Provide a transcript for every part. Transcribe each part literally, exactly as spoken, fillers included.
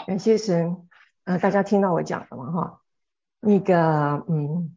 感谢神。呃，大家听到我讲的吗？哈，那个，嗯，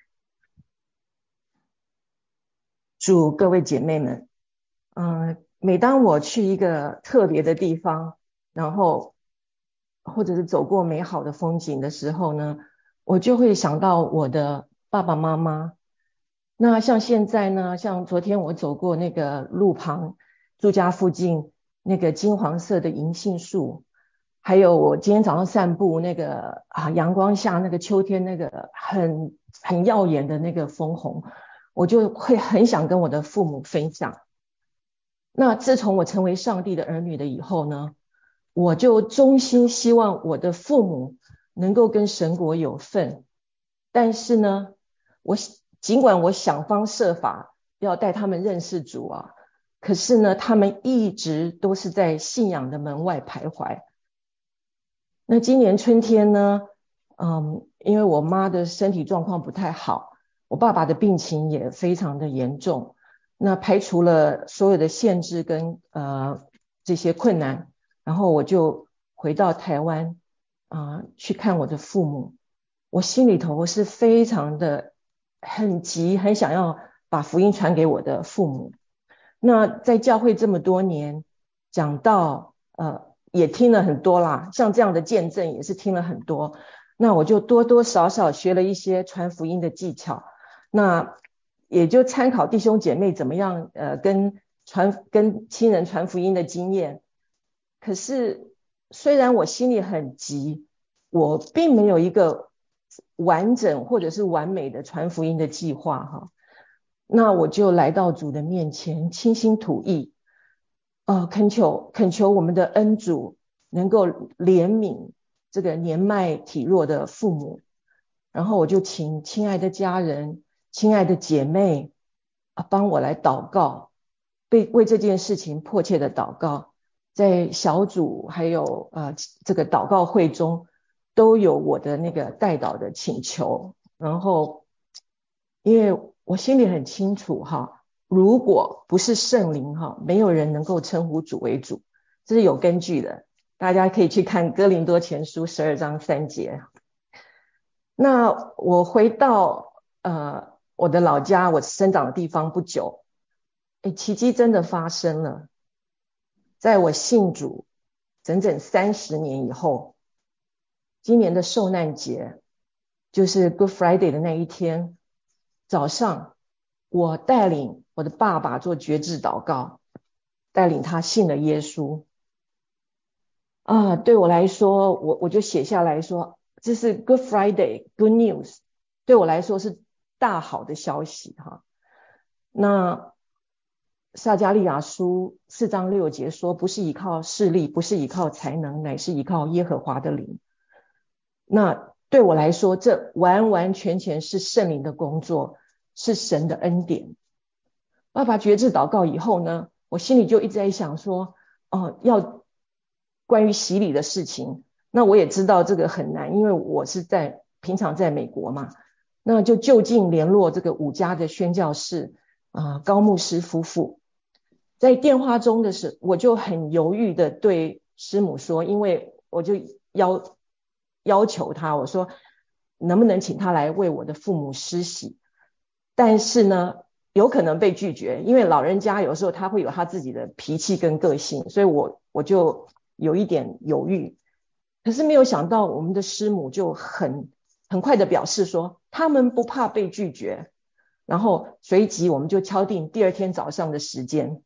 祝各位姐妹们，嗯、呃每当我去一个特别的地方，然后或者是走过美好的风景的时候呢，我就会想到我的爸爸妈妈。那像现在呢，像昨天我走过那个路旁，住家附近那个金黄色的银杏树，还有我今天早上散步那个啊阳光下那个秋天那个很很耀眼的那个枫红，我就会很想跟我的父母分享。那自从我成为上帝的儿女了以后呢，我就衷心希望我的父母能够跟神国有份。但是呢，我尽管我想方设法要带他们认识主啊，可是呢，他们一直都是在信仰的门外徘徊。那今年春天呢，嗯，因为我妈的身体状况不太好，我爸爸的病情也非常的严重，那排除了所有的限制跟呃这些困难，然后我就回到台湾啊、呃去看我的父母。我心里头是非常的很急，很想要把福音传给我的父母。那在教会这么多年，讲到呃也听了很多啦，像这样的见证也是听了很多。那我就多多少少学了一些传福音的技巧，那也就参考弟兄姐妹怎么样呃跟传跟亲人传福音的经验。可是虽然我心里很急，我并没有一个完整或者是完美的传福音的计划哈。那我就来到主的面前，倾心吐意，呃，恳求恳求我们的恩主能够怜悯这个年迈体弱的父母。然后我就请亲爱的家人、亲爱的姐妹啊，帮我来祷告，为为这件事情迫切的祷告。在小组还有呃这个祷告会中，都有我的那个代祷的请求。然后因为我心里很清楚哈，如果不是圣灵哈，没有人能够称呼主为主，这是有根据的。大家可以去看哥林多前书十二章三节。那我回到呃我的老家，我生长的地方不久，诶，奇迹真的发生了。在我信主整整三十年以后，今年的受难节，就是 Good Friday 的那一天早上，我带领我的爸爸做决志祷告，带领他信了耶稣。啊，对我来说，我我就写下来说，这是 Good Friday Good News，对我来说是大好的消息哈。那撒迦利亚书四章六节说，不是依靠势力，不是依靠才能，乃是依靠耶和华的灵。那对我来说，这完完全全是圣灵的工作，是神的恩典。爸爸决志祷告以后呢，我心里就一直在想说，哦，要关于洗礼的事情。那我也知道这个很难，因为我是在平常在美国嘛，那就就近联络这个五家的宣教士啊、呃高牧师夫妇。在电话中的时候，我就很犹豫的对师母说，因为我就要要求他，我说能不能请他来为我的父母施洗。但是呢，有可能被拒绝，因为老人家有时候他会有他自己的脾气跟个性，所以我我就有一点犹豫。可是没有想到我们的师母就很很快的表示说，他们不怕被拒绝。然后随即我们就敲定第二天早上的时间。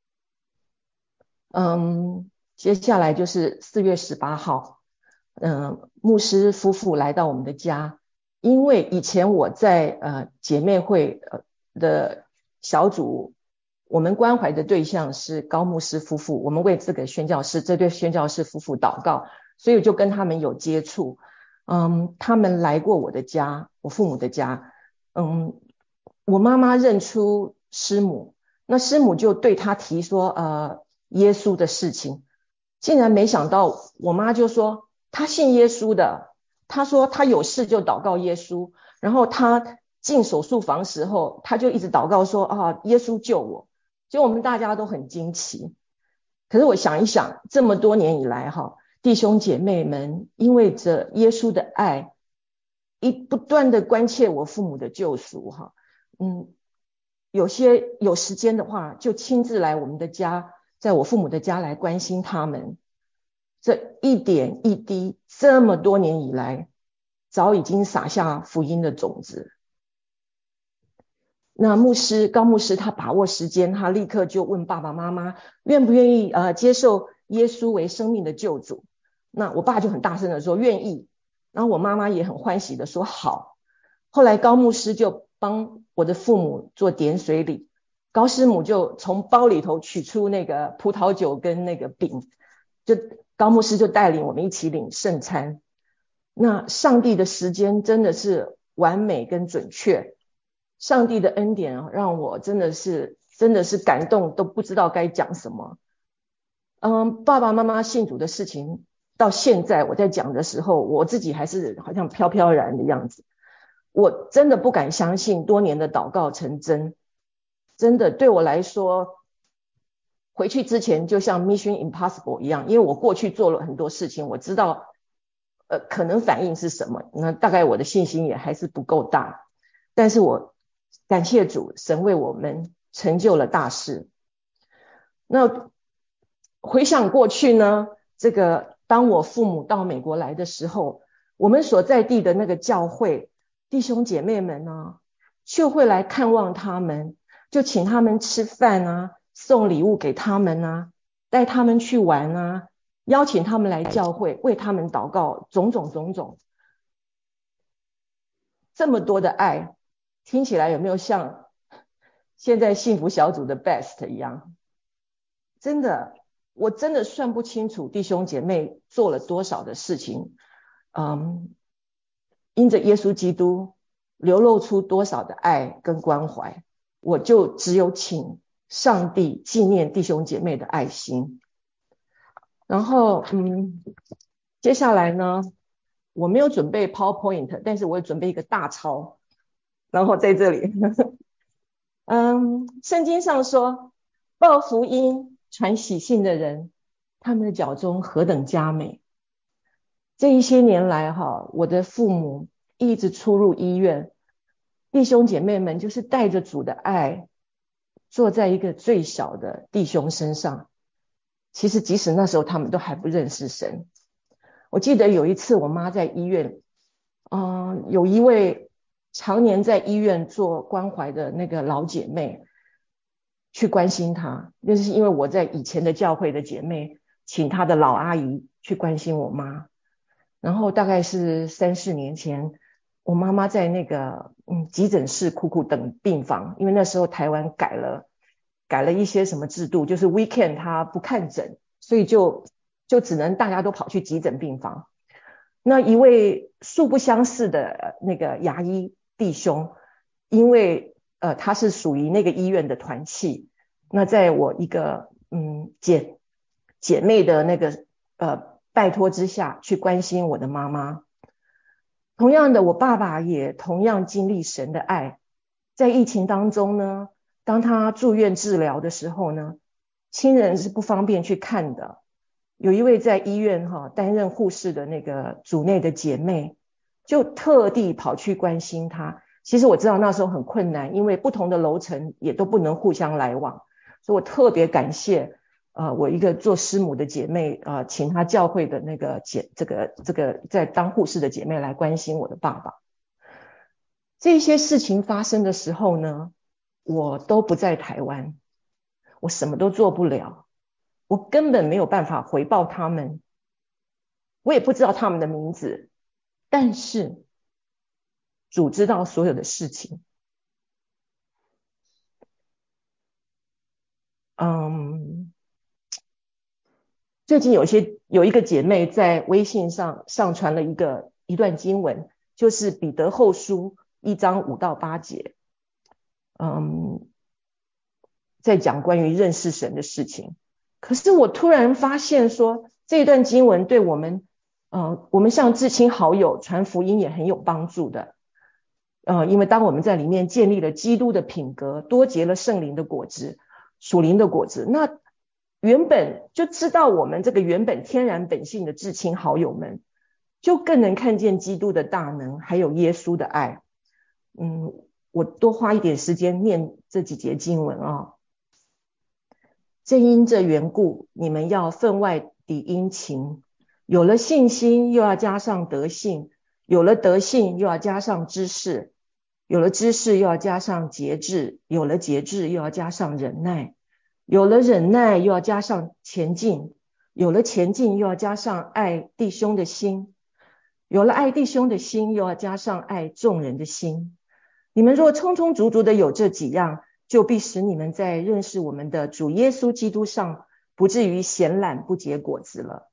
嗯，接下来就是四月十八号，嗯，牧师夫妇来到我们的家。因为以前我在呃姐妹会呃的小组，我们关怀的对象是高牧师夫妇，我们为这个宣教士这对宣教士夫妇祷告，所以就跟他们有接触。嗯，他们来过我的家，我父母的家。嗯，我妈妈认出师母，那师母就对他提说呃耶稣的事情。竟然没想到我妈就说她信耶稣的，她说她有事就祷告耶稣，然后她进手术房时候，她就一直祷告说啊，耶稣救我。就我们大家都很惊奇。可是我想一想，这么多年以来哈， 弟兄姐妹们因为着耶稣的爱，一不断的关切我父母的救赎哈，嗯，有些有时间的话，就亲自来我们的家，在我父母的家来关心他们。这一点一滴，这么多年以来，早已经撒下福音的种子。那牧师高牧师他把握时间，他立刻就问爸爸妈妈愿不愿意呃接受耶稣为生命的救主。那我爸就很大声的说愿意，然后我妈妈也很欢喜的说好。后来高牧师就帮我的父母做点水礼，高师母就从包里头取出那个葡萄酒跟那个饼，就高牧师就带领我们一起领圣餐。那上帝的时间真的是完美跟准确，上帝的恩典让我真的是真的是感动，都不知道该讲什么。嗯，爸爸妈妈信主的事情到现在我在讲的时候，我自己还是好像飘飘然的样子。我真的不敢相信多年的祷告成真，真的对我来说，回去之前就像 Mission Impossible 一样，因为我过去做了很多事情，我知道呃可能反应是什么，那大概我的信心也还是不够大，但是我感谢主，神为我们成就了大事。那回想过去呢，这个当我父母到美国来的时候，我们所在地的那个教会弟兄姐妹们呢，就会来看望他们，就请他们吃饭啊，送礼物给他们啊，带他们去玩啊，邀请他们来教会，为他们祷告，种种种种。这么多的爱，听起来有没有像现在幸福小组的 best 一样？真的，我真的算不清楚弟兄姐妹做了多少的事情，嗯，因着耶稣基督流露出多少的爱跟关怀，我就只有请上帝纪念弟兄姐妹的爱心。然后嗯，接下来呢，我没有准备 PowerPoint， 但是我有准备一个大抄，然后在这里嗯，圣经上说报福音传喜信的人，他们的脚中何等佳美。这一些年来哈，我的父母一直出入医院，弟兄姐妹们就是带着主的爱坐在一个最小的弟兄身上。其实即使那时候他们都还不认识神。我记得有一次我妈在医院嗯，有一位常年在医院做关怀的那个老姐妹去关心她，那是因为我在以前的教会的姐妹请她的老阿姨去关心我妈。然后大概是三四年前，我妈妈在那个嗯急诊室苦苦等病房，因为那时候台湾改了改了一些什么制度，就是 weekend 她不看诊，所以就就只能大家都跑去急诊病房。那一位素不相识的那个牙医弟兄，因为呃他是属于那个医院的团契，那在我一个嗯姐姐妹的那个呃拜托之下去关心我的妈妈。同样的，我爸爸也同样经历神的爱，在疫情当中呢，当他住院治疗的时候呢，亲人是不方便去看的。有一位在医院哈担任护士的那个组内的姐妹，就特地跑去关心她。其实我知道那时候很困难，因为不同的楼层也都不能互相来往，所以我特别感谢呃我一个做师母的姐妹呃请她教会的那个姐这个这个在当护士的姐妹来关心我的爸爸。这些事情发生的时候呢，我都不在台湾，我什么都做不了。我根本没有办法回报他们，我也不知道他们的名字，但是主知道所有的事情。嗯，最近有些有一个姐妹在微信上上传了一个一段经文，就是彼得后书一章五到八节，嗯，在讲关于认识神的事情。可是我突然发现说，这段经文对我们呃，我们向至亲好友传福音也很有帮助的。呃，因为当我们在里面建立了基督的品格，多结了圣灵的果子，属灵的果子，那原本就知道我们这个原本天然本性的至亲好友们，就更能看见基督的大能，还有耶稣的爱。嗯，我多花一点时间念这几节经文啊。正因这缘故，你们要分外地殷勤，有了信心又要加上德性，有了德性又要加上知识，有了知识又要加上节制，有了节制又要加上忍耐，有了忍耐又要加上前进，有了前进又要加上爱弟兄的心，有了爱弟兄的心又要加上爱众人的心。你们若充充足足的有这几样，就必使你们在认识我们的主耶稣基督上，不至于闲懒不结果子了。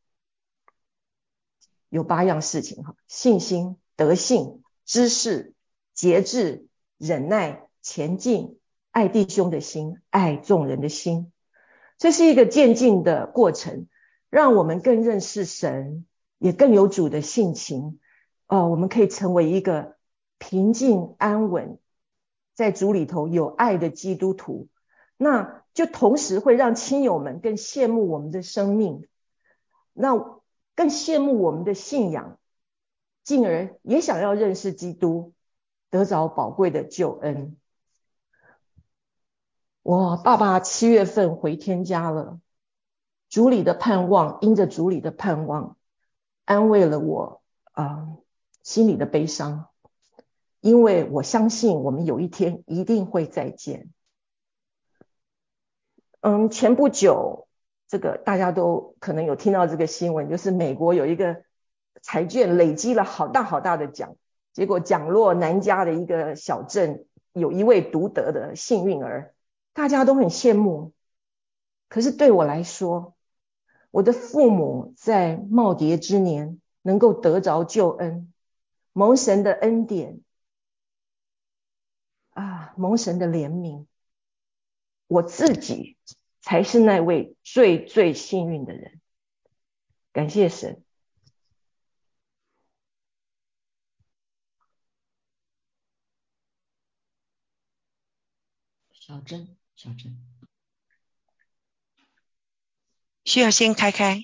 有八样事情哈：信心、德性、知识、节制、忍耐、前进、爱弟兄的心、爱众人的心。这是一个渐进的过程，让我们更认识神，也更有主的性情。呃，我们可以成为一个平静安稳，在主里头有爱的基督徒，那就同时会让亲友们更羡慕我们的生命，那更羡慕我们的信仰，进而也想要认识基督，得着宝贵的救恩。我爸爸七月份回天家了，主里的盼望，因着主里的盼望，安慰了我啊、呃、心里的悲伤，因为我相信我们有一天一定会再见。嗯，前不久，这个大家都可能有听到这个新闻，就是美国有一个彩券累积了好大好大的奖，结果奖落南加的一个小镇，有一位独得的幸运儿，大家都很羡慕。可是对我来说，我的父母在耄耋之年能够得着救恩，蒙神的恩典啊，蒙神的怜悯，我自己才是那位最最幸运的人。感谢神。 小珍，小珍， 需要先开开。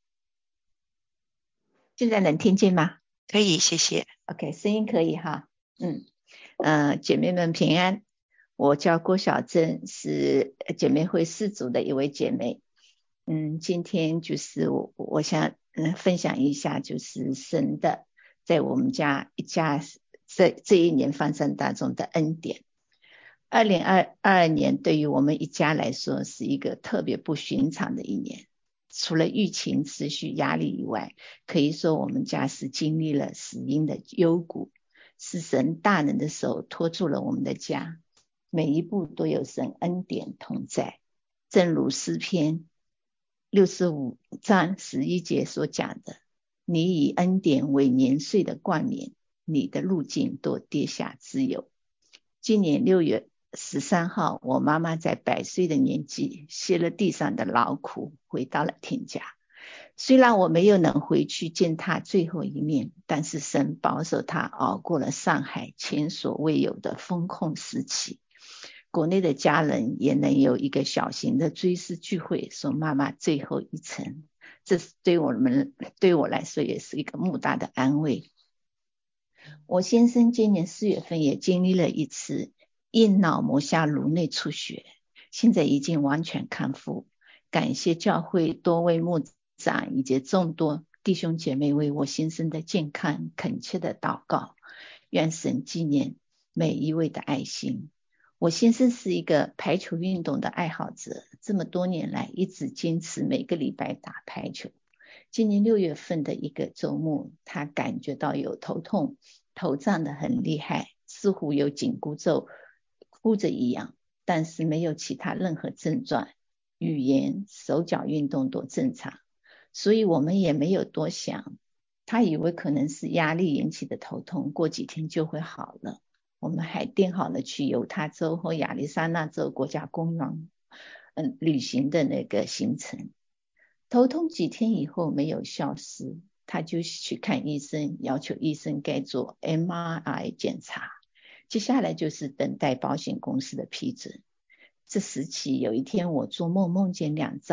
现在能听见吗？ 可以，谢谢。 OK， 声音可以哈。嗯呃，姐妹们平安，我叫郭小珍，是姐妹会四组的一位姐妹。嗯，今天就是我我想嗯分享一下，就是神的在我们家一家这这一年发生当中的恩典。二零二二年对于我们一家来说是一个特别不寻常的一年，除了疫情持续压力以外，可以说我们家是经历了死荫的幽谷，是神大能的手托住了我们的家，每一步都有神恩典同在。正如诗篇六十五章十一节所讲的，你以恩典为年岁的冠冕，你的路径都跌下自由。今年六月十三号，我妈妈在百岁的年纪歇了地上的劳苦，回到了天家。虽然我没有能回去见她最后一面，但是神保守她熬过了上海前所未有的封控时期。国内的家人也能有一个小型的追思聚会，送妈妈最后一程，这是对我们对我来说也是一个莫大的安慰。我先生今年四月份也经历了一次硬脑膜下颅内出血，现在已经完全康复。感谢教会多位牧长以及众多弟兄姐妹为我先生的健康恳切的祷告，愿神纪念每一位的爱心。我先生是一个排球运动的爱好者，这么多年来一直坚持每个礼拜打排球。今年六月份的一个周末，他感觉到有头痛，头胀得很厉害，似乎有紧箍咒箍着一样，但是没有其他任何症状，语言手脚运动都正常，所以我们也没有多想，他以为可能是压力引起的头痛，过几天就会好了。我们还订好了去犹他州和亚利桑那州国家公园嗯旅行的那个行程。头痛几天以后没有消失，他就去看医生，要求医生该做 M R I 检查，接下来就是等待保险公司的批准。这时期有一天我做梦梦见两张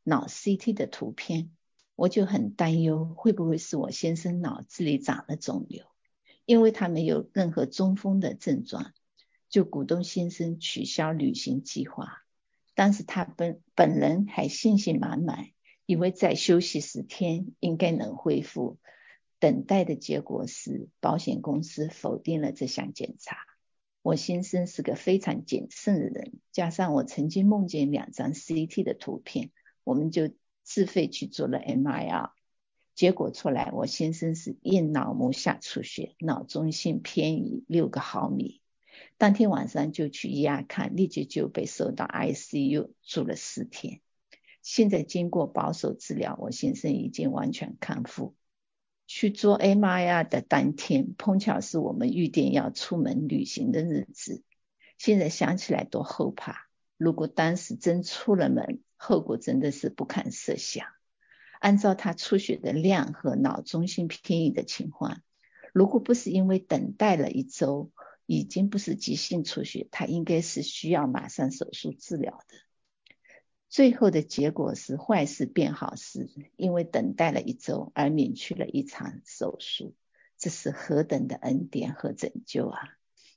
脑 C T 的图片，我就很担忧会不会是我先生脑子里长了肿瘤，因为他没有任何中风的症状，就鼓动先生取消旅行计划。但是他本本人还信心满满，以为再休息十天应该能恢复。等待的结果是保险公司否定了这项检查。我先生是个非常谨慎的人，加上我曾经梦见两张 C T 的图片，我们就自费去做了 M R I， 结果出来我先生是硬脑膜下出血，脑中心偏移六个毫米。当天晚上就去医院看，立即就被送到 I C U 住了四天。现在经过保守治疗，我先生已经完全康复。去做 M R I 的当天，碰巧是我们预定要出门旅行的日子。现在想起来多后怕，如果当时真出了门，后果真的是不堪设想。按照他出血的量和脑中心偏移的情况，如果不是因为等待了一周，已经不是急性出血，他应该是需要马上手术治疗的。最后的结果是坏事变好事，因为等待了一周而免去了一场手术，这是何等的恩典和拯救啊！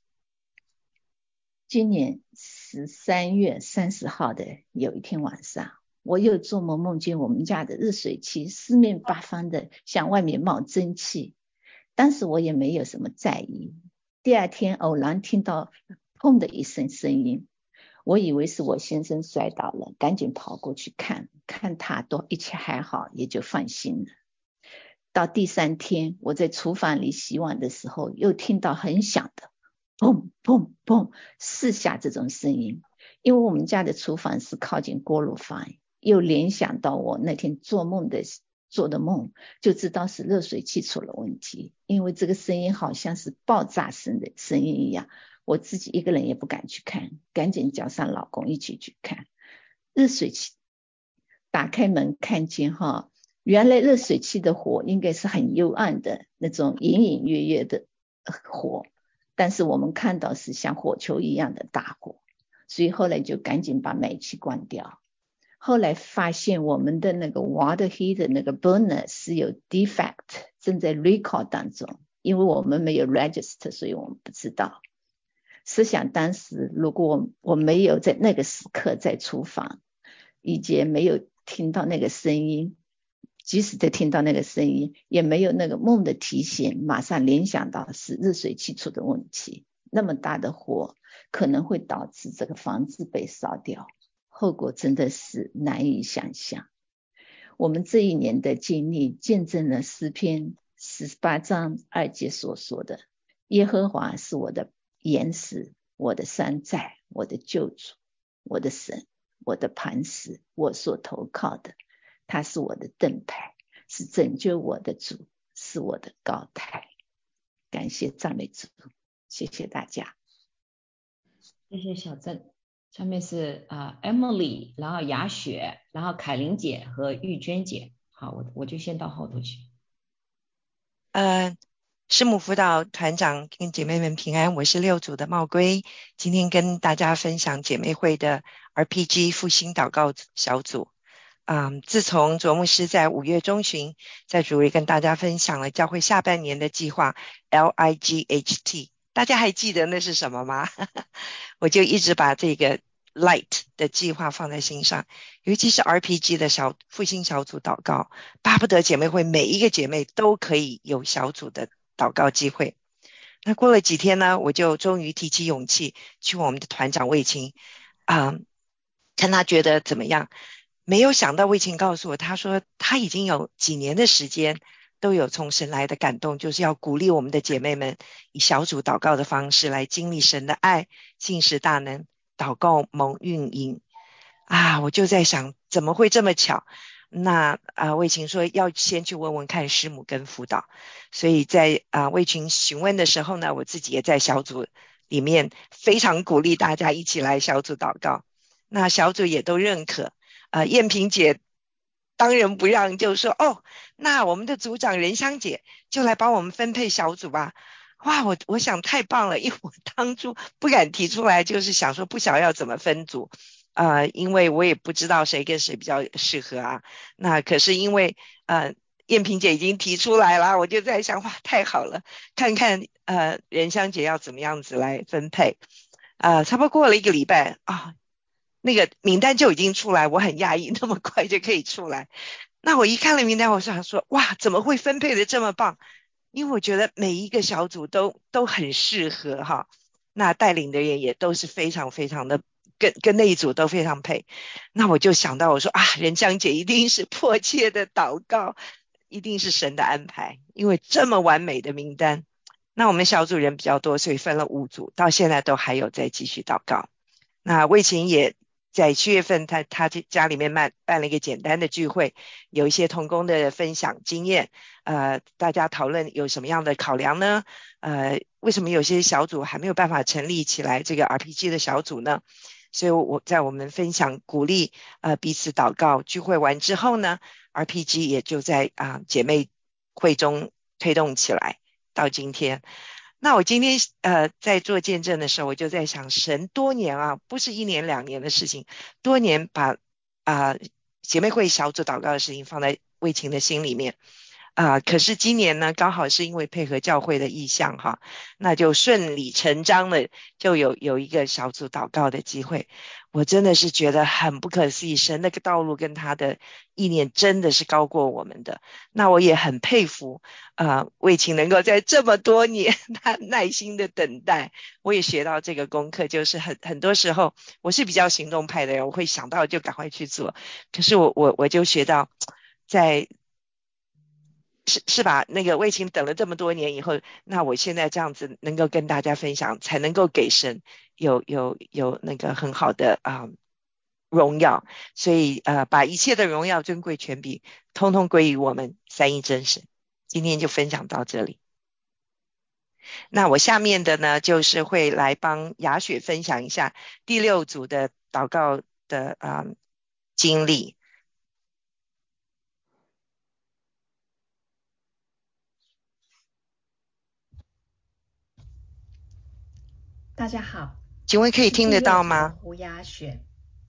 今年十三月三十号的有一天晚上，我又做梦梦见我们家的热水器四面八方的向外面冒蒸汽，当时我也没有什么在意。第二天偶然听到砰的一声声音，我以为是我先生摔倒了，赶紧跑过去看，看他都一切还好，也就放心了。到第三天，我在厨房里洗碗的时候，又听到很响的砰砰砰四下这种声音，因为我们家的厨房是靠近锅炉房，又联想到我那天做梦的做的梦，就知道是热水器出了问题，因为这个声音好像是爆炸声的声音一样。我自己一个人也不敢去看，赶紧叫上老公一起去看。热水器打开门看见哈，原来热水器的火应该是很幽暗的那种隐隐约约的火，但是我们看到是像火球一样的大火，所以后来就赶紧把煤气关掉。后来发现我们的那个 water heater 那个 burner 是有 defect， 正在 recall 当中，因为我们没有 register， 所以我们不知道。试想当时如果 我, 我没有在那个时刻在厨房，以及没有听到那个声音，即使在听到那个声音，也没有那个梦的提醒，马上联想到是热水器出的问题，那么大的火可能会导致这个房子被烧掉，后果真的是难以想象。我们这一年的经历见证了诗篇十八章二节所说的，耶和华是我的岩石，我的山寨，我的救主，我的神，我的磐石，我所投靠的，他是我的盾牌，是拯救我的主，是我的高台。感谢赞美主，谢谢大家。 谢谢小郑。下面是啊、呃、Emily， 然后雅雪，然后凯琳姐和玉娟姐。好，我我就先到后头去。 呃，师母辅导团长跟姐妹们平安，我是六组的茂龟，今天跟大家分享姐妹会的 R P G 复兴祷告小组。嗯，自从卓牧师在五月中旬在主日跟大家分享了教会下半年的计划 L I G H T， 大家还记得那是什么吗？我就一直把这个 Light 的计划放在心上，尤其是 R P G 的小复兴小组祷告，巴不得姐妹会每一个姐妹都可以有小组的祷告机会。那过了几天呢，我就终于提起勇气去问我们的团长魏晴，嗯，看他觉得怎么样。没有想到魏晴告诉我，他说他已经有几年的时间都有从神来的感动，就是要鼓励我们的姐妹们以小组祷告的方式来经历神的爱，信实大能，祷告蒙运营啊！我就在想怎么会这么巧。那啊，魏晴说要先去问问看师母跟辅导，所以在啊魏晴询问的时候呢，我自己也在小组里面非常鼓励大家一起来小组祷告，那小组也都认可。呃，燕萍姐当仁不让，就说哦，那我们的组长仁香姐就来帮我们分配小组吧。哇，我我想太棒了，因为我当初不敢提出来，就是想说不晓得要怎么分组。 呃，因为我也不知道谁跟谁比较适合啊。那可是因为呃燕萍姐已经提出来了，我就在想，哇，太好了，看看呃仁香姐要怎么样子来分配。呃，差不多过了一个礼拜啊，那个名单就已经出来，我很讶异，那么快就可以出来。那我一看了名单，我想说，哇，怎么会分配的这么棒？因为我觉得每一个小组都都很适合哈，那带领的人也都是非常非常的跟跟那一组都非常配。那我就想到我说啊，仁香姐一定是迫切的祷告，一定是神的安排，因为这么完美的名单。那我们小组人比较多，所以分了五组，到现在都还有在继续祷告。那魏琴也在七月份他他家里面办办了一个简单的聚会，有一些同工的分享经验，呃，大家讨论有什么样的考量呢？呃，为什么有些小组还没有办法成立起来这个 R P G 的小组呢？所以我在我们分享鼓励呃彼此祷告聚会完之后呢 ，R P G 也就在啊、呃、姐妹会中推动起来到今天。那我今天呃在做见证的时候，我就在想，神多年啊，不是一年两年的事情，多年把啊、呃、姐妹会小组祷告的事情放在魏晴的心里面。啊、呃，可是今年呢，刚好是因为配合教会的意向哈，那就顺理成章的就有有一个小组祷告的机会。我真的是觉得很不可思议，神那个道路跟他的意念真的是高过我们的。那我也很佩服啊、呃，魏晴能够在这么多年他耐心的等待，我也学到这个功课，就是很很多时候我是比较行动派的人，我会想到就赶快去做，可是我我我就学到在。是是吧？那个魏晴等了这么多年以后，那我现在这样子能够跟大家分享，才能够给神有有有那个很好的啊、呃、荣耀。所以呃，把一切的荣耀、尊贵、权柄，通通归于我们三一真神。今天就分享到这里。那我下面的呢，就是会来帮雅雪分享一下第六组的祷告的啊、呃、经历。 大家好， 请问可以听得到吗？ 胡雅雪。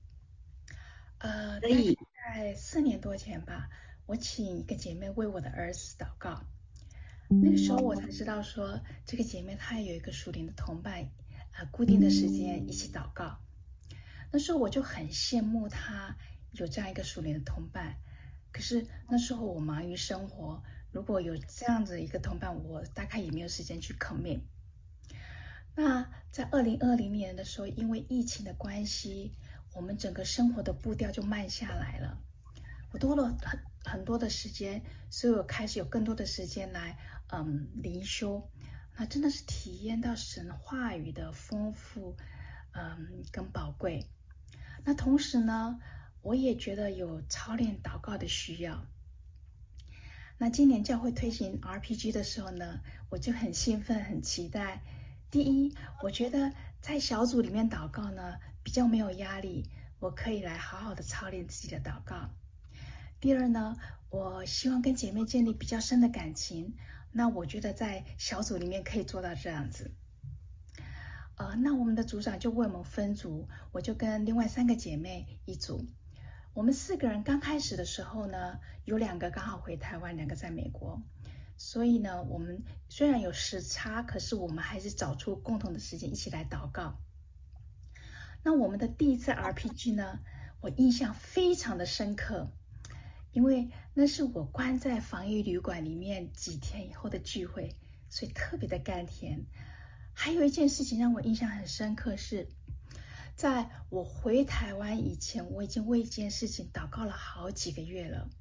呃，大可以概在四年多前吧，我请一个姐妹为我的儿子祷告。那个时候我才知道说，这个姐妹她有一个属灵的同伴，呃，固定的时间一起祷告。那时候我就很羡慕她有这样一个属灵的同伴。可是那时候我忙于生活，如果有这样子一个同伴，我大概也没有时间去 commit。那在二零二零年的时候，因为疫情的关系，我们整个生活的步调就慢下来了。我多了很很多的时间，所以我开始有更多的时间来嗯灵修。那真的是体验到神话语的丰富，嗯跟宝贵。那同时呢，我也觉得有操练祷告的需要。那今年教会推行 R P G 的时候呢，我就很兴奋，很期待。第一，我觉得在小组里面祷告呢，比较没有压力，我可以来好好的操练自己的祷告。第二呢，我希望跟姐妹建立比较深的感情，那我觉得在小组里面可以做到这样子。呃，那我们的组长就为我们分组，我就跟另外三个姐妹一组。我们四个人刚开始的时候呢，有两个刚好回台湾，两个在美国。所以呢，我们虽然有时差，可是我们还是找出共同的时间一起来祷告。那我们的第一次 R P G 呢，我印象非常的深刻，因为那是我关在防疫旅馆里面几天以后的聚会，所以特别的甘甜。还有一件事情让我印象很深刻是，在我回台湾以前，我已经为一件事情祷告了好几个月了。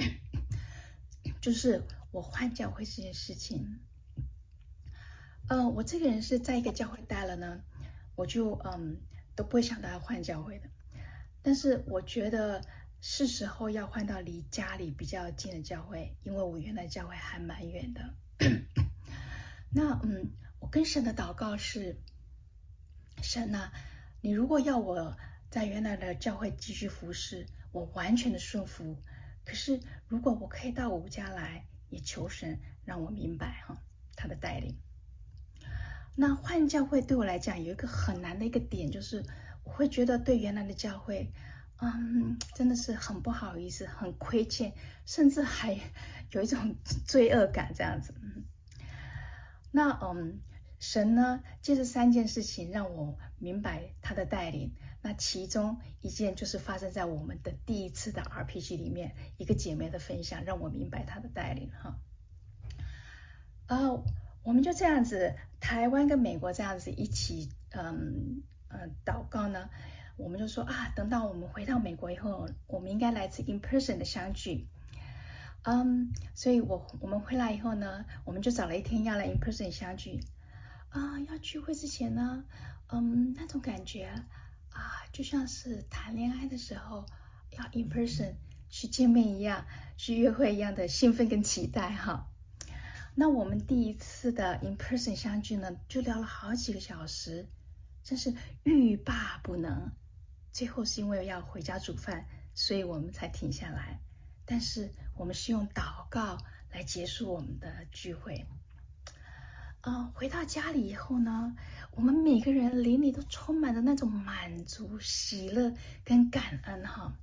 就是我换教会这件事情，呃，我这个人是在一个教会待了呢，我就嗯都不会想到要换教会的。但是我觉得是时候要换到离家里比较近的教会，因为我原来教会还蛮远的。那嗯，我跟神的祷告是，神啊，你如果要我在原来的教会继续服侍，我完全的顺服。可是如果我可以到五家来，也求神让我明白哈他的带领。那换教会对我来讲有一个很难的一个点，就是我会觉得对原来的教会，嗯，真的是很不好意思，很亏欠，甚至还有一种罪恶感这样子。嗯，那嗯，神呢，借这三件事情让我明白他的带领。那其中一件就是发生在我们的第一次的 R P G 里面，一个姐妹的分享让我明白他的带领哈。呃，我们就这样子，台湾跟美国这样子一起，嗯嗯祷告呢，我们就说啊，等到我们回到美国以后，我们应该来自 in person 的相聚。嗯，所以我我们回来以后呢，我们就找了一天要来 in person 相聚。啊，要聚会之前呢，嗯，那种感觉啊，就像是谈恋爱的时候要 in person 去见面一样，去约会一样的兴奋跟期待哈。那我们第一次的 in person 相聚呢，就聊了好几个小时，真是欲罢不能。最后是因为要回家煮饭，所以我们才停下来。但是我们是用祷告来结束我们的聚会。呃，回到家里以后呢，我们每个人灵里都充满了那种满足、喜乐跟感恩哈。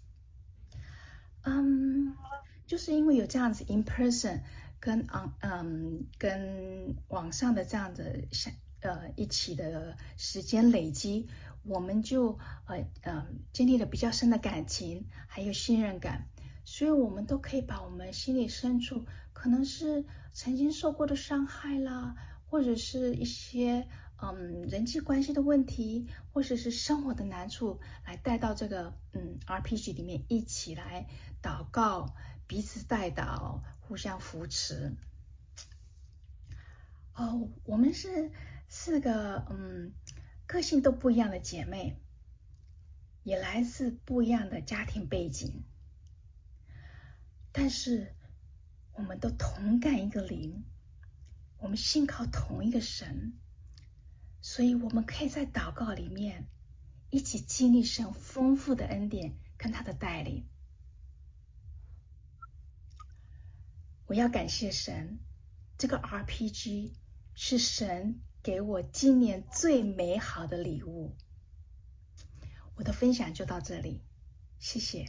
嗯，就是因为有这样子 in person 跟 on 嗯跟网上的这样的呃一起的时间累积，我们就呃呃建立了比较深的感情，还有信任感。所以我们都可以把我们心里深处可能是曾经受过的伤害啦，或者是一些嗯人际关系的问题，或者是生活的难处，来带到这个嗯 R P G 里面一起来祷告，彼此代祷，互相扶持。哦，我们是四个嗯个性都不一样的姐妹，也来自不一样的家庭背景。但是我们都同感一个灵，我们信靠同一个神，所以我们可以在祷告里面一起经历神丰富的恩典跟他的带领。我要感谢神，这个 R P G 是神给我今年最美好的礼物。我的分享就到这里，谢谢。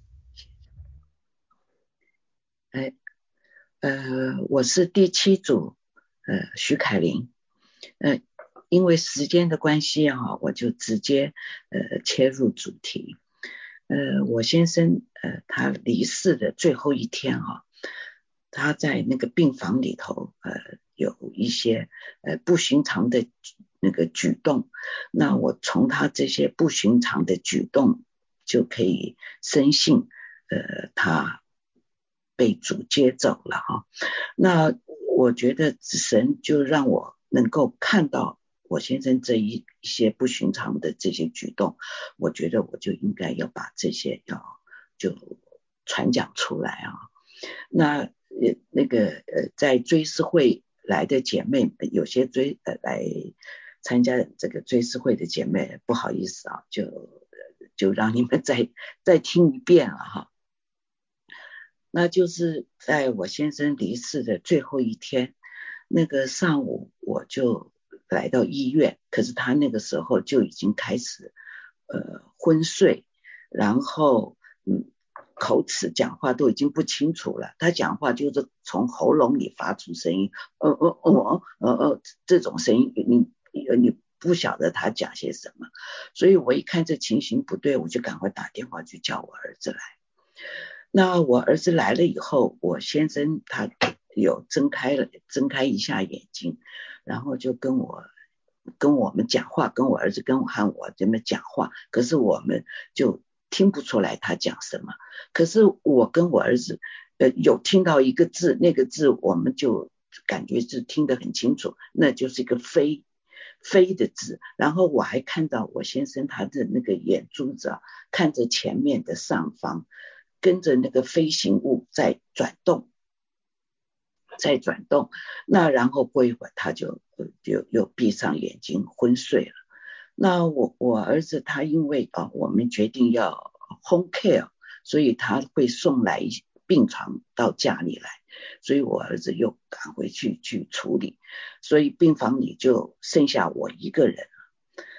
哎，呃，我是第七组，呃，徐凯琳，呃，因为时间的关系啊，我就直接呃切入主题。呃，我先生呃他离世的最后一天啊，他在那个病房里头呃有一些呃不寻常的那个举动，那我从他这些不寻常的举动就可以深信呃他被主接走了哈。那我觉得神就让我能够看到我先生这一些不寻常的这些举动，我觉得我就应该要把这些要就传讲出来啊。那呃那个呃在追思会来的姐妹，有些追呃来参加这个追思会的姐妹，不好意思啊，就就让你们再再听一遍了哈。那就是在我先生离世的最后一天，那个上午我就来到医院，可是他那个时候就已经开始呃昏睡，然后嗯口齿讲话都已经不清楚了，他讲话就是从喉咙里发出声音，呃呃呃呃呃这种声音，你你不晓得他讲些什么，所以我一看这情形不对，我就赶快打电话去叫我儿子来。那我儿子来了以后，我先生他有睁开了睁开一下眼睛，然后就跟我跟我们讲话，跟我儿子跟我和我这么讲话，可是我们就听不出来他讲什么，可是我跟我儿子呃有听到一个字，那个字我们就感觉是听得很清楚，那就是一个飞飞的字，然后我还看到我先生他的那个眼珠子啊，看着前面的上方，跟着那个飞行物在转动在转动，那然后过一会儿他就就又闭上眼睛昏睡了。那我我儿子他因为啊我们决定要 home care， 所以他会送来病床到家里来，所以我儿子又赶回去去处理，所以病房里就剩下我一个人。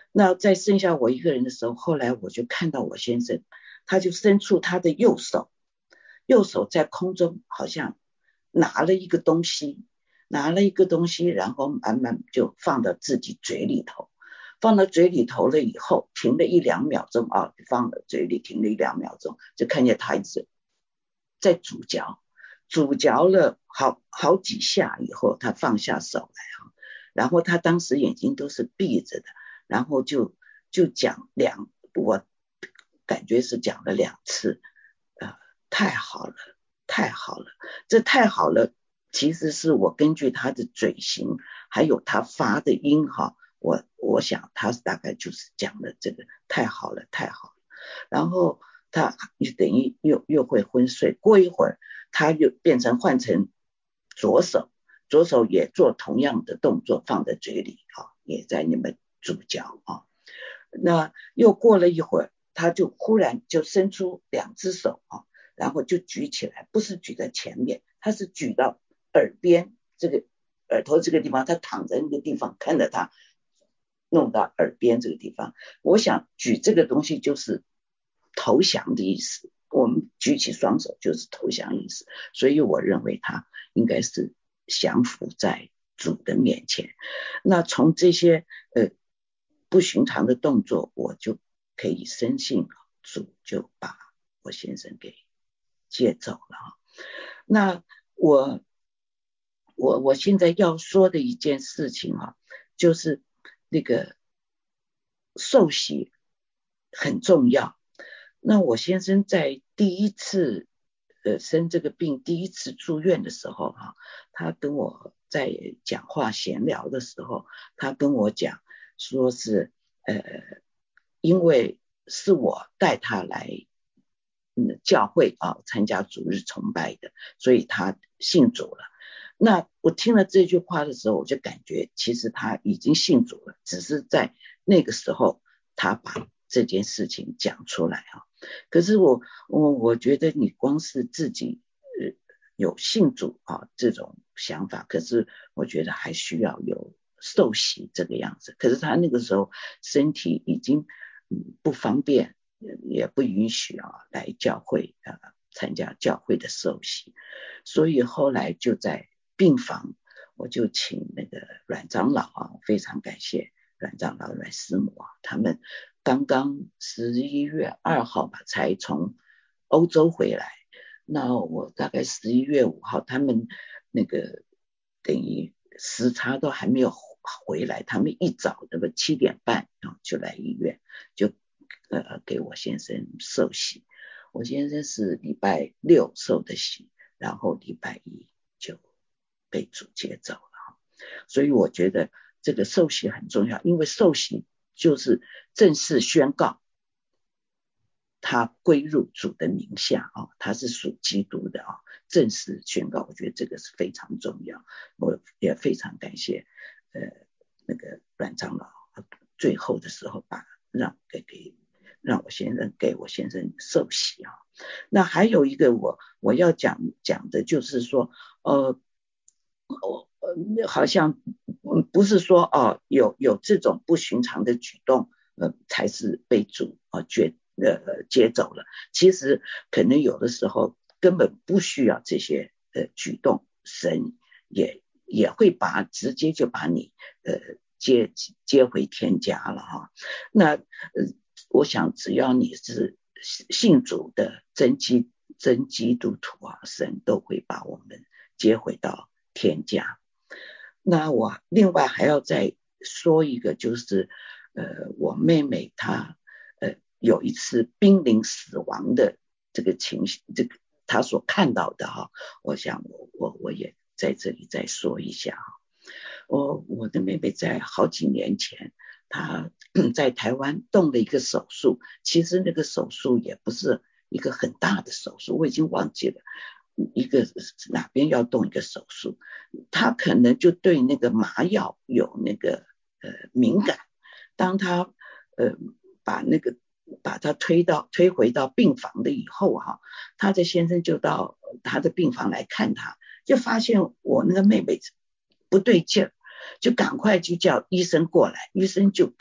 那在剩下我一个人的时候，后来我就看到我先生，他就伸出他的右手，右手在空中好像拿了一个东西，拿了一个东西，然后慢慢就放到自己嘴里头，放到嘴里头了以后，停了一两秒钟啊，放到嘴里停了一两秒钟，就看见他一直在煮嚼，煮嚼了好好几下以后，他放下手来啊，然后他当时眼睛都是闭着的，然后就就讲两，我感觉是讲了两次，呃，太好了，太好了，这太好了。其实是我根据他的嘴型，还有他发的音哈，我我想他大概就是讲的这个太好了，太好了。然后他就等于又又会昏睡，过一会儿他就变成换成左手，左手也做同样的动作放在嘴里啊，也在那么煮嚼啊。那又过了一会儿，他就忽然就伸出两只手啊，然后就举起来，不是举在前面，他是举到耳边这个耳朵这个地方，他躺在那个地方看着他弄到耳边这个地方。我想举这个东西就是投降的意思，我们举起双手就是投降意思，所以我认为他应该是降服在主的面前。那从这些呃不寻常的动作，我就可以深信主就把我先生给接走了。那我我我现在要说的一件事情啊，就是那个受洗很重要。那我先生在第一次呃生这个病，第一次住院的时候啊，他跟我在讲话闲聊的时候，他跟我讲说是呃因为是我带他来嗯教会啊参加主日崇拜的，所以他信主了。那我听了这句话的时候，我就感觉其实他已经信主了，只是在那个时候他把这件事情讲出来啊。可是我我我觉得你光是自己呃有信主啊这种想法，可是我觉得还需要有受洗这个样子。可是他那个时候身体已经嗯不方便，也不允许啊来教会啊参加教会的受洗，所以后来就在病房，我就请那个阮长老啊，非常感谢阮长老、阮师母啊，他们刚刚十一月二号吧才从欧洲回来。那我大概十一月五号，他们那个等于时差都还没有回来，他们一早那个七点半啊就来医院，就呃给我先生受洗。我先生是礼拜六受的洗，然后礼拜一就被主接走了。所以我觉得这个受洗很重要，因为受洗就是正式宣告他归入主的名下啊，他是属基督的啊，正式宣告，我觉得这个是非常重要。我也非常感谢呃那个阮长老最后的时候把让给给让我先生给我先生受洗啊。那还有一个我我要讲讲的就是说呃我呃好像不是说哦有有这种不寻常的举动呃才是被主啊决呃接走了，其实可能有的时候根本不需要这些呃举动，神也也会把直接就把你呃接接回天家了哈。那呃我想只要你是信主的真基真基督徒啊，神都会把我们接回到天家。那我另外还要再说一个，就是呃我妹妹她呃有一次濒临死亡的这个情形，这个她所看到的哈，我想我我我也在这里再说一下哈。我我的妹妹在好几年前，她在台湾动了一个手术，其实那个手术也不是一个很大的手术，我已经忘记了一个哪边要动一个手术，她可能就对那个麻药有那个呃敏感，当她呃把那个把她推到推回到病房的以后哈，她的先生就到她的病房来看她，就发现我那个妹妹不对劲儿，就赶快就叫医生过来，医生就赶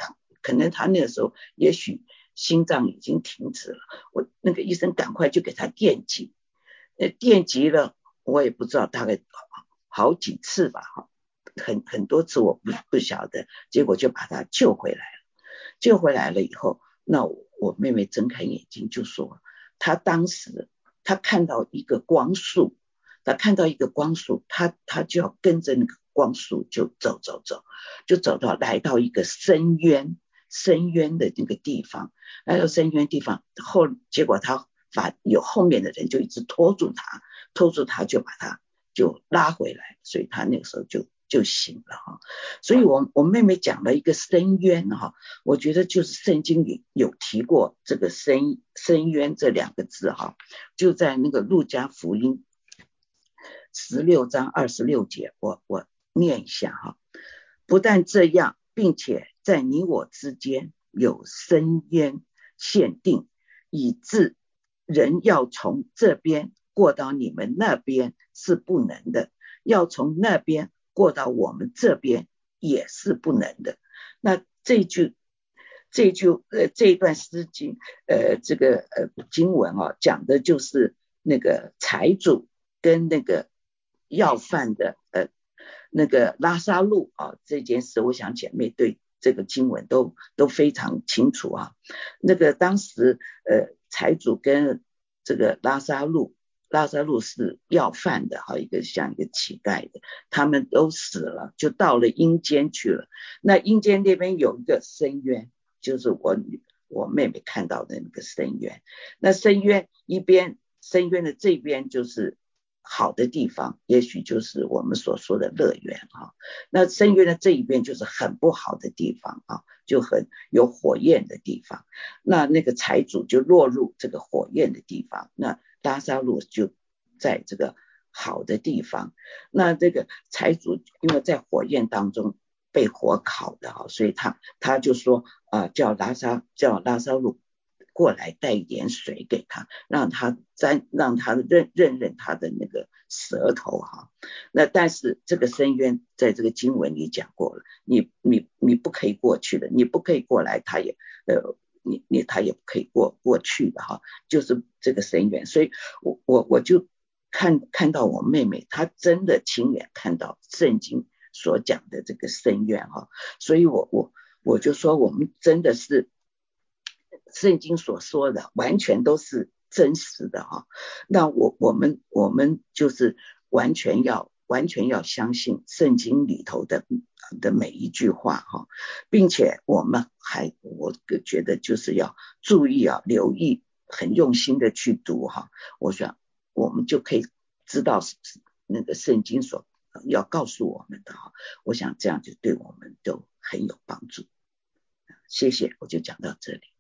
可能他那个时候也许心脏已经停止了，我那个医生赶快就给他电击，呃电击了我也不知道大概好几次吧，很很多次我不不晓得，结果就把他救回来了。救回来了以后，那我, 我妹妹睁开眼睛就说，她当时她看到一个光束，她看到一个光束，她她就要跟着那个光束就走走走，就走到来到一个深渊深渊的那个地方，来到深渊地方后，结果她把有后面的人就一直拖住她，拖住她就把她就拉回来，所以她那个时候就就醒了哈。所以我我妹妹讲了一个深渊哈，我觉得就是圣经里有提过这个深深渊这两个字哈，就在那个路加福音十六章二十六节，我我念一下哈。不但这样，并且在你我之间有深渊限定，以致人要从这边过到你们那边是不能的，要从那边过到我们这边也是不能的。那这句这句呃这一段诗经呃这个呃经文啊，讲的就是那个财主跟那个要饭的呃那个拉撒路啊这件事，我想姐妹对这个经文都都非常清楚啊。那个当时呃财主跟这个拉撒路拉撒路是要饭的哈，一个像一个乞丐的，他们都死了，就到了阴间去了。那阴间那边有一个深渊，就是我我妹妹看到的那个深渊。那深渊一边深渊的这边就是好的地方，也许就是我们所说的乐园啊。那深渊的这一边就是很不好的地方啊，就很有火焰的地方。那那个财主就落入这个火焰的地方，那拉撒路就在这个好的地方。那这个财主因为在火焰当中被火烤的啊，所以他他就说啊、呃，叫拉撒叫拉撒路过来带一点水给他，让他沾让他认认认他的那个舌头哈。那但是这个深渊在这个经文里讲过了，你你你不可以过去的，你不可以过来，他也呃你你他也不可以过过去的哈，就是这个深渊。所以我我我就看看到我妹妹，她真的亲眼看到圣经所讲的这个深渊哈，所以我我我就说我们真的是圣经所说的完全都是真实的哈。那我我们我们就是完全要完全要相信圣经里头的的每一句话哈，并且我们还我觉得就是要注意啊，留意，很用心的去读哈。我想我们就可以知道那个圣经所要告诉我们的哈。我想这样就对我们都很有帮助。谢谢，我就讲到这里。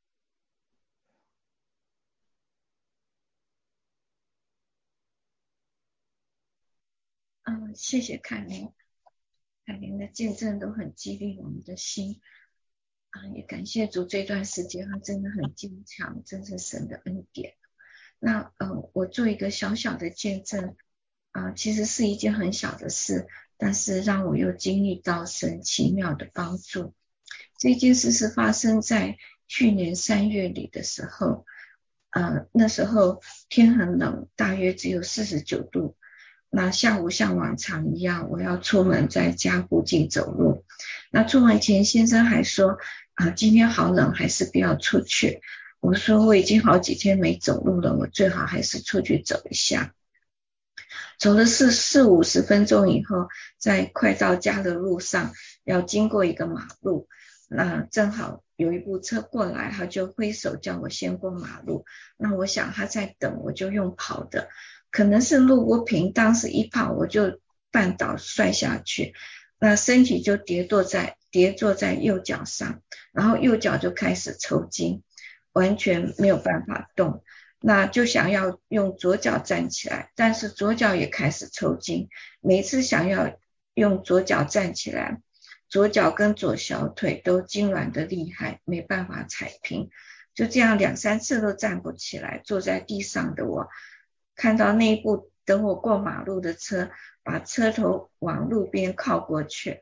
嗯，谢谢凯琳，凯琳的见证都很激励我们的心啊，也感谢主这段时间他真的很坚强，真是神的恩典。那呃，我做一个小小的见证啊，其实是一件很小的事，但是让我又经历到神奇妙的帮助。这件事是发生在去年三月底的时候，呃，那时候天很冷，大约只有四十九度。那下午像往常一样，我要出门在家附近走路。那出门前先生还说啊，今天好冷，还是不要出去。我说我已经好几天没走路了，我最好还是出去走一下。走了四四五十分钟以后，在快到家的路上，要经过一个马路，那正好有一部车过来，他就挥手叫我先过马路。那我想他在等，我就用跑的，可能是路不平，当时一跑我就绊倒摔下去，那身体就跌坐在跌坐在右脚上，然后右脚就开始抽筋，完全没有办法动。那就想要用左脚站起来，但是左脚也开始抽筋，每次想要用左脚站起来，左脚跟左小腿都痉挛的厉害，没办法踩平，就这样两三次都站不起来。坐在地上的我看到那一部等我过马路的车把车头往路边靠过去，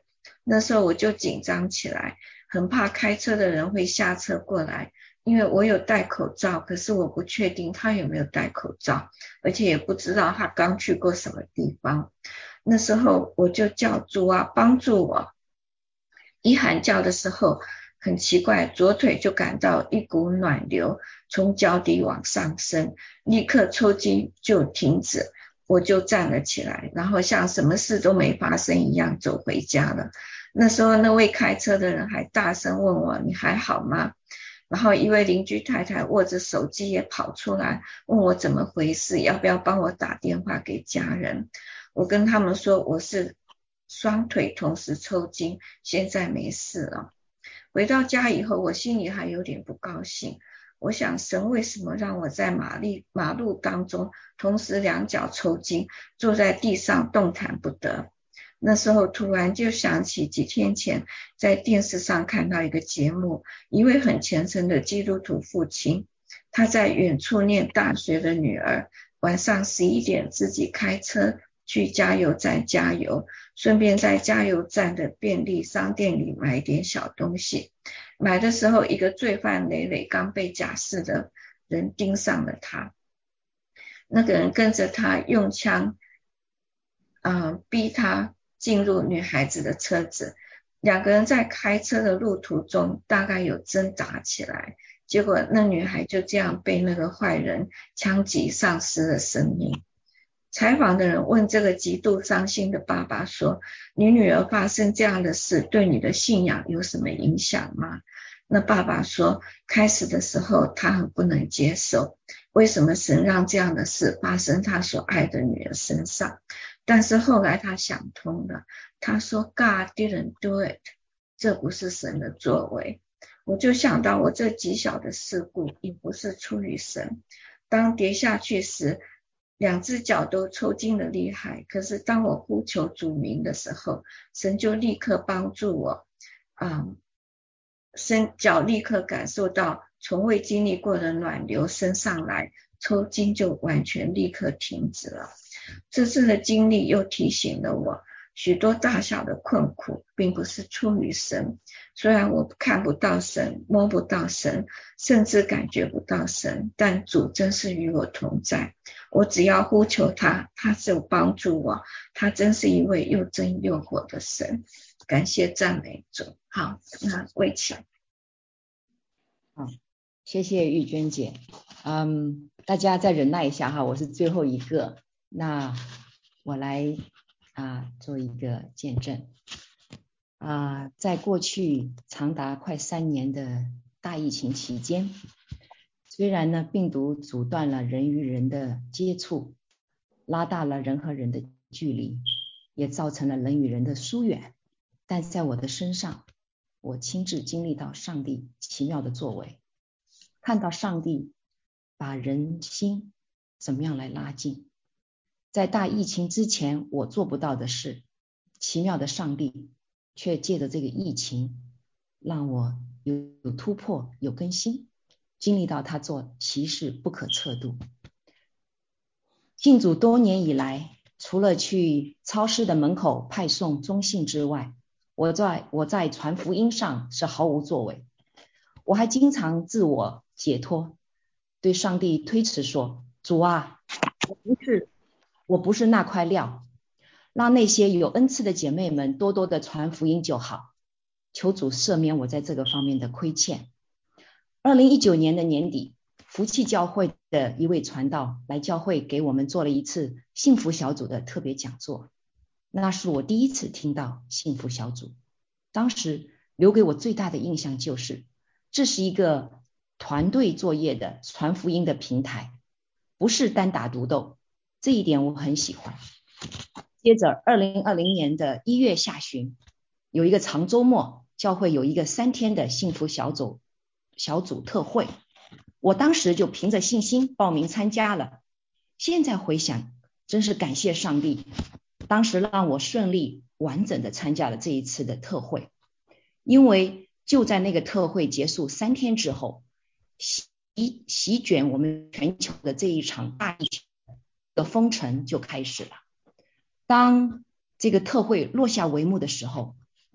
那时候我就紧张起来，很怕开车的人会下车过来，因为我有戴口罩，可是我不确定他有没有戴口罩，而且也不知道他刚去过什么地方。那时候我就叫主啊，帮助我。一喊叫的时候，很奇怪，左腿就感到一股暖流从脚底往上升，立刻抽筋就停止，我就站了起来，然后像什么事都没发生一样走回家了。那时候那位开车的人还大声问我，你还好吗？然后一位邻居太太握着手机也跑出来问我怎么回事，要不要帮我打电话给家人。我跟他们说我是双腿同时抽筋，现在没事了。回到家以后，我心里还有点不高兴，我想神为什么让我在马路马路当中同时两脚抽筋，坐在地上动弹不得。那时候突然就想起几天前在电视上看到一个节目，一位很虔诚的基督徒父亲，他在远处念大学的女儿晚上十一点自己开车去加油站加油，顺便在加油站的便利商店里买点小东西。买的时候，一个罪犯累累刚被假释的人盯上了他，那个人跟着他用枪、呃、逼他进入女孩子的车子，两个人在开车的路途中大概有挣扎起来，结果那女孩就这样被那个坏人枪击丧失了生命。采访的人问这个极度伤心的爸爸说，你女儿发生这样的事对你的信仰有什么影响吗？那爸爸说，开始的时候他很不能接受，为什么神让这样的事发生他所爱的女儿身上，但是后来他想通了，他说 God didn't do it， 这不是神的作为。我就想到我这极小的事故也不是出于神，当跌下去时两只脚都抽筋的厉害，可是当我呼求主名的时候，神就立刻帮助我，嗯，身脚立刻感受到从未经历过的暖流升上来，抽筋就完全立刻停止了。这次的经历又提醒了我，许多大小的困苦并不是出于神，虽然我看不到神，摸不到神，甚至感觉不到神，但主真是与我同在。我只要呼求他，他就帮助我，他真是一位又真又活的神。感谢赞美主。好，那魏琪。 好，谢谢玉娟姐。嗯，大家再忍耐一下哈，我是最后一个，那我来啊做一个见证。啊，在过去长达快三年的大疫情期间，虽然呢病毒阻断了人与人的接触，拉大了人和人的距离，也造成了人与人的疏远，但在我的身上，我亲自经历到上帝奇妙的作为，看到上帝把人心怎么样来拉近。在大疫情之前我做不到的事，奇妙的上帝却借着这个疫情让我有有突破，有更新，经历到他做奇事不可测度。信主多年以来，除了去超市的门口派送中信之外，我在我在传福音上是毫无作为。我还经常自我解脱，对上帝推辞说，主啊，我不是我不是那块料，让那些有恩赐的姐妹们多多的传福音就好，求主赦免我在这个方面的亏欠。二零一九年的年底，福气教会的一位传道来教会给我们做了一次幸福小组的特别讲座，那是我第一次听到幸福小组。当时留给我最大的印象就是，这是一个团队作业的传福音的平台，不是单打独斗，这一点我很喜欢。接着二零二零年的一月下旬，有一个长周末，教会有一个三天的幸福小组小组特会，我当时就凭着信心报名参加了。现在回想，真是感谢上帝，当时让我顺利完整的参加了这一次的特会。因为就在那个特会结束三天之后，席席卷我们全球的这一场大疫情的封城就开始了。当这个特会落下帷幕的时候，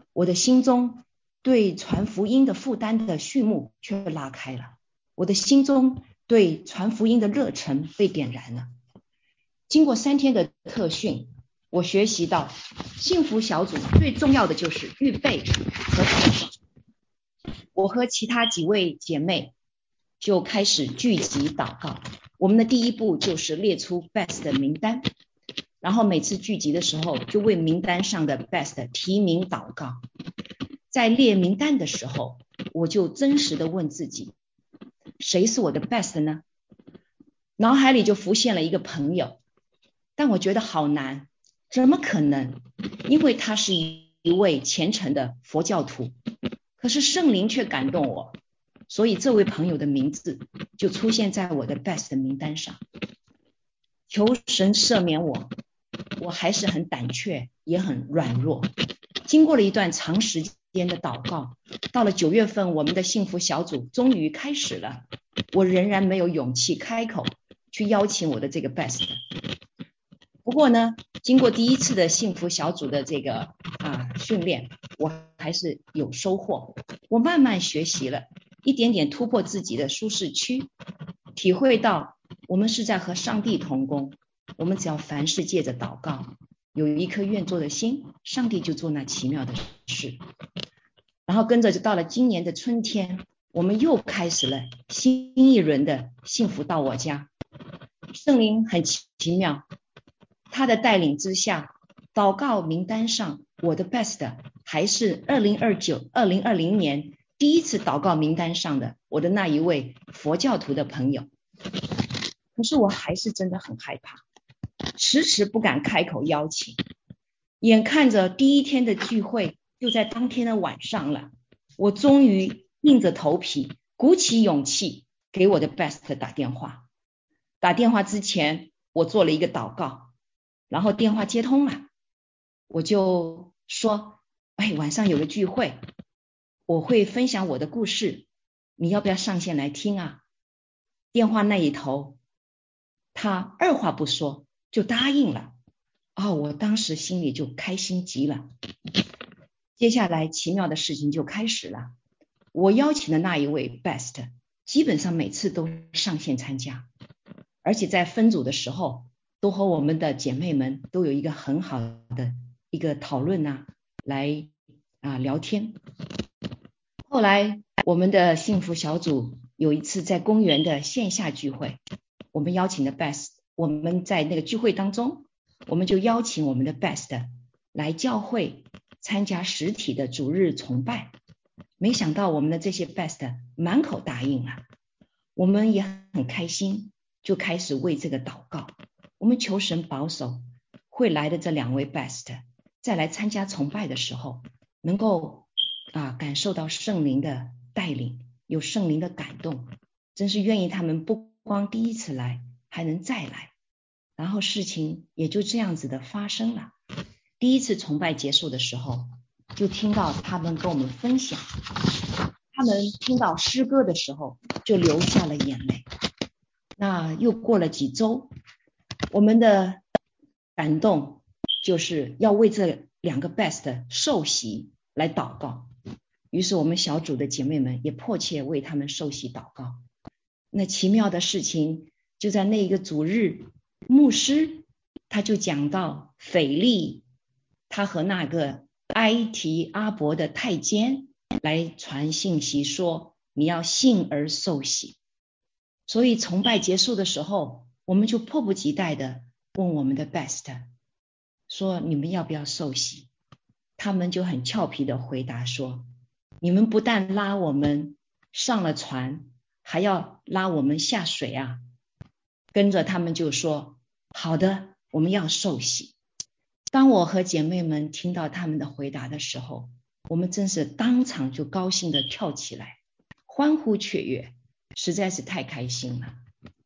我的心中对传福音的负担的序幕却拉开了，我的心中对传福音的热忱被点燃了。经过三天的特训，我学习到幸福小组最重要的就是预备和祷告。我和其他几位姐妹就开始聚集祷告。我们的第一步就是列出 best 的名单，然后每次聚集的时候就为名单上的 best 提名祷告。在列名单的时候，我就真实的问自己，谁是我的 best 呢？脑海里就浮现了一个朋友，但我觉得好难，怎么可能？因为他是一位虔诚的佛教徒，可是圣灵却感动我，所以这位朋友的名字就出现在我的 best 名单上。求神赦免我，我还是很胆怯，也很软弱。经过了一段长时间的祷告，到了九月份，我们的幸福小组终于开始了。我仍然没有勇气开口去邀请我的这个 best。不过呢，经过第一次的幸福小组的这个啊训练，我还是有收获。我慢慢学习了，一点点突破自己的舒适区，体会到我们是在和上帝同工。我们只要凡事借着祷告，有一颗愿做的心，上帝就做那奇妙的事。然后跟着就到了今年的春天，我们又开始了新一轮的幸福到我家。圣灵很奇妙，他的带领之下，祷告名单上我的 best 还是二零二九、二零二零年第一次祷告名单上的我的那一位佛教徒的朋友。可是我还是真的很害怕，迟迟不敢开口邀请。眼看着第一天的聚会就在当天的晚上了，我终于硬着头皮鼓起勇气给我的 best 打电话。打电话之前我做了一个祷告，然后电话接通了，我就说，哎，晚上有个聚会，我会分享我的故事，你要不要上线来听啊？电话那一头他二话不说就答应了。哦，我当时心里就开心极了。接下来奇妙的事情就开始了。我邀请的那一位 best 基本上每次都上线参加，而且在分组的时候都和我们的姐妹们都有一个很好的一个讨论啊，来啊聊天。后来我们的幸福小组有一次在公园的线下聚会，我们邀请的 best， 我们在那个聚会当中，我们就邀请我们的 best 来教会参加实体的主日崇拜。没想到我们的这些 best 满口答应了，我们也很开心，就开始为这个祷告。我们求神保守会来的这两位 best 再来参加崇拜的时候，能够啊感受到圣灵的带领，有圣灵的感动，真是愿意他们不光第一次来，还能再来。然后事情也就这样子的发生了。第一次崇拜结束的时候，就听到他们跟我们分享，他们听到诗歌的时候就流下了眼泪。那又过了几周，我们的感动就是要为这两个 best 受洗来祷告。于是我们小组的姐妹们也迫切为他们受洗祷告。那奇妙的事情就在那一个主日，牧师他就讲到腓力，他和那个埃提阿伯的太监来传信息说，你要信而受洗。所以崇拜结束的时候，我们就迫不及待的问我们的 best 说，你们要不要受洗？他们就很俏皮的回答说，你们不但拉我们上了船，还要拉我们下水啊。跟着他们就说，好的，我们要受洗。当我和姐妹们听到他们的回答的时候，我们真是当场就高兴的跳起来，欢呼雀跃，实在是太开心了。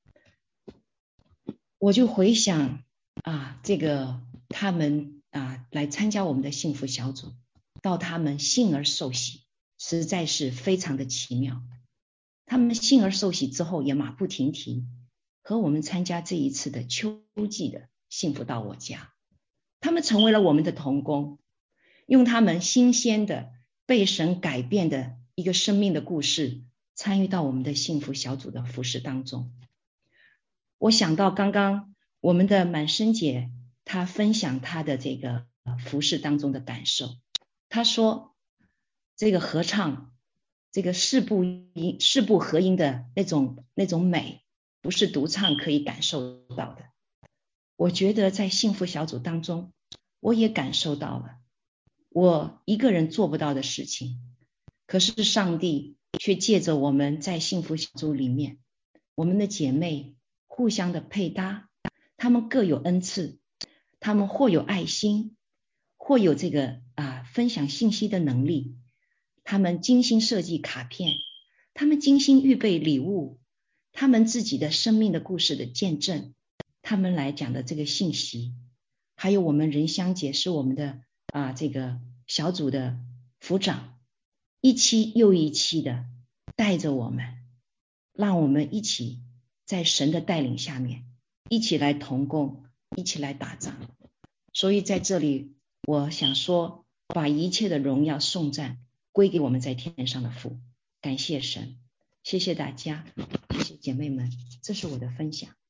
我就回想啊，这个他们啊来参加我们的幸福小组，到他们信而受洗，实在是非常的奇妙。他们信而受洗之后也马不停蹄，和我们参加这一次的秋季的幸福到我家。他们成为了我们的同工， 用他们新鲜的被神改变的一个生命的故事，参与到我们的幸福小组的服事当中。我想到刚刚我们的满生姐她分享她的这个服事当中的感受，她说这个合唱，这个四部音四部合音的那种那种美，不是独唱可以感受到的。我觉得在幸福小组当中，我也感受到了我一个人做不到的事情，可是上帝却借着我们在幸福小组里面，我们的姐妹互相的配搭，她们各有恩赐，她们或有爱心，或有这个啊分享信息的能力，她们精心设计卡片，她们精心预备礼物，她们自己的生命的故事的见证，她们来讲的这个信息，还有我们仁香姐是我们的啊这个小组的辅长，一期又一期的带着我们，让我们一起在神的带领下面一起来同工，一起来打仗。所以在这里我想说，把一切的荣耀颂赞归给我们在天上的父，感谢神，谢谢大家，谢谢姐妹们，这是我的分享。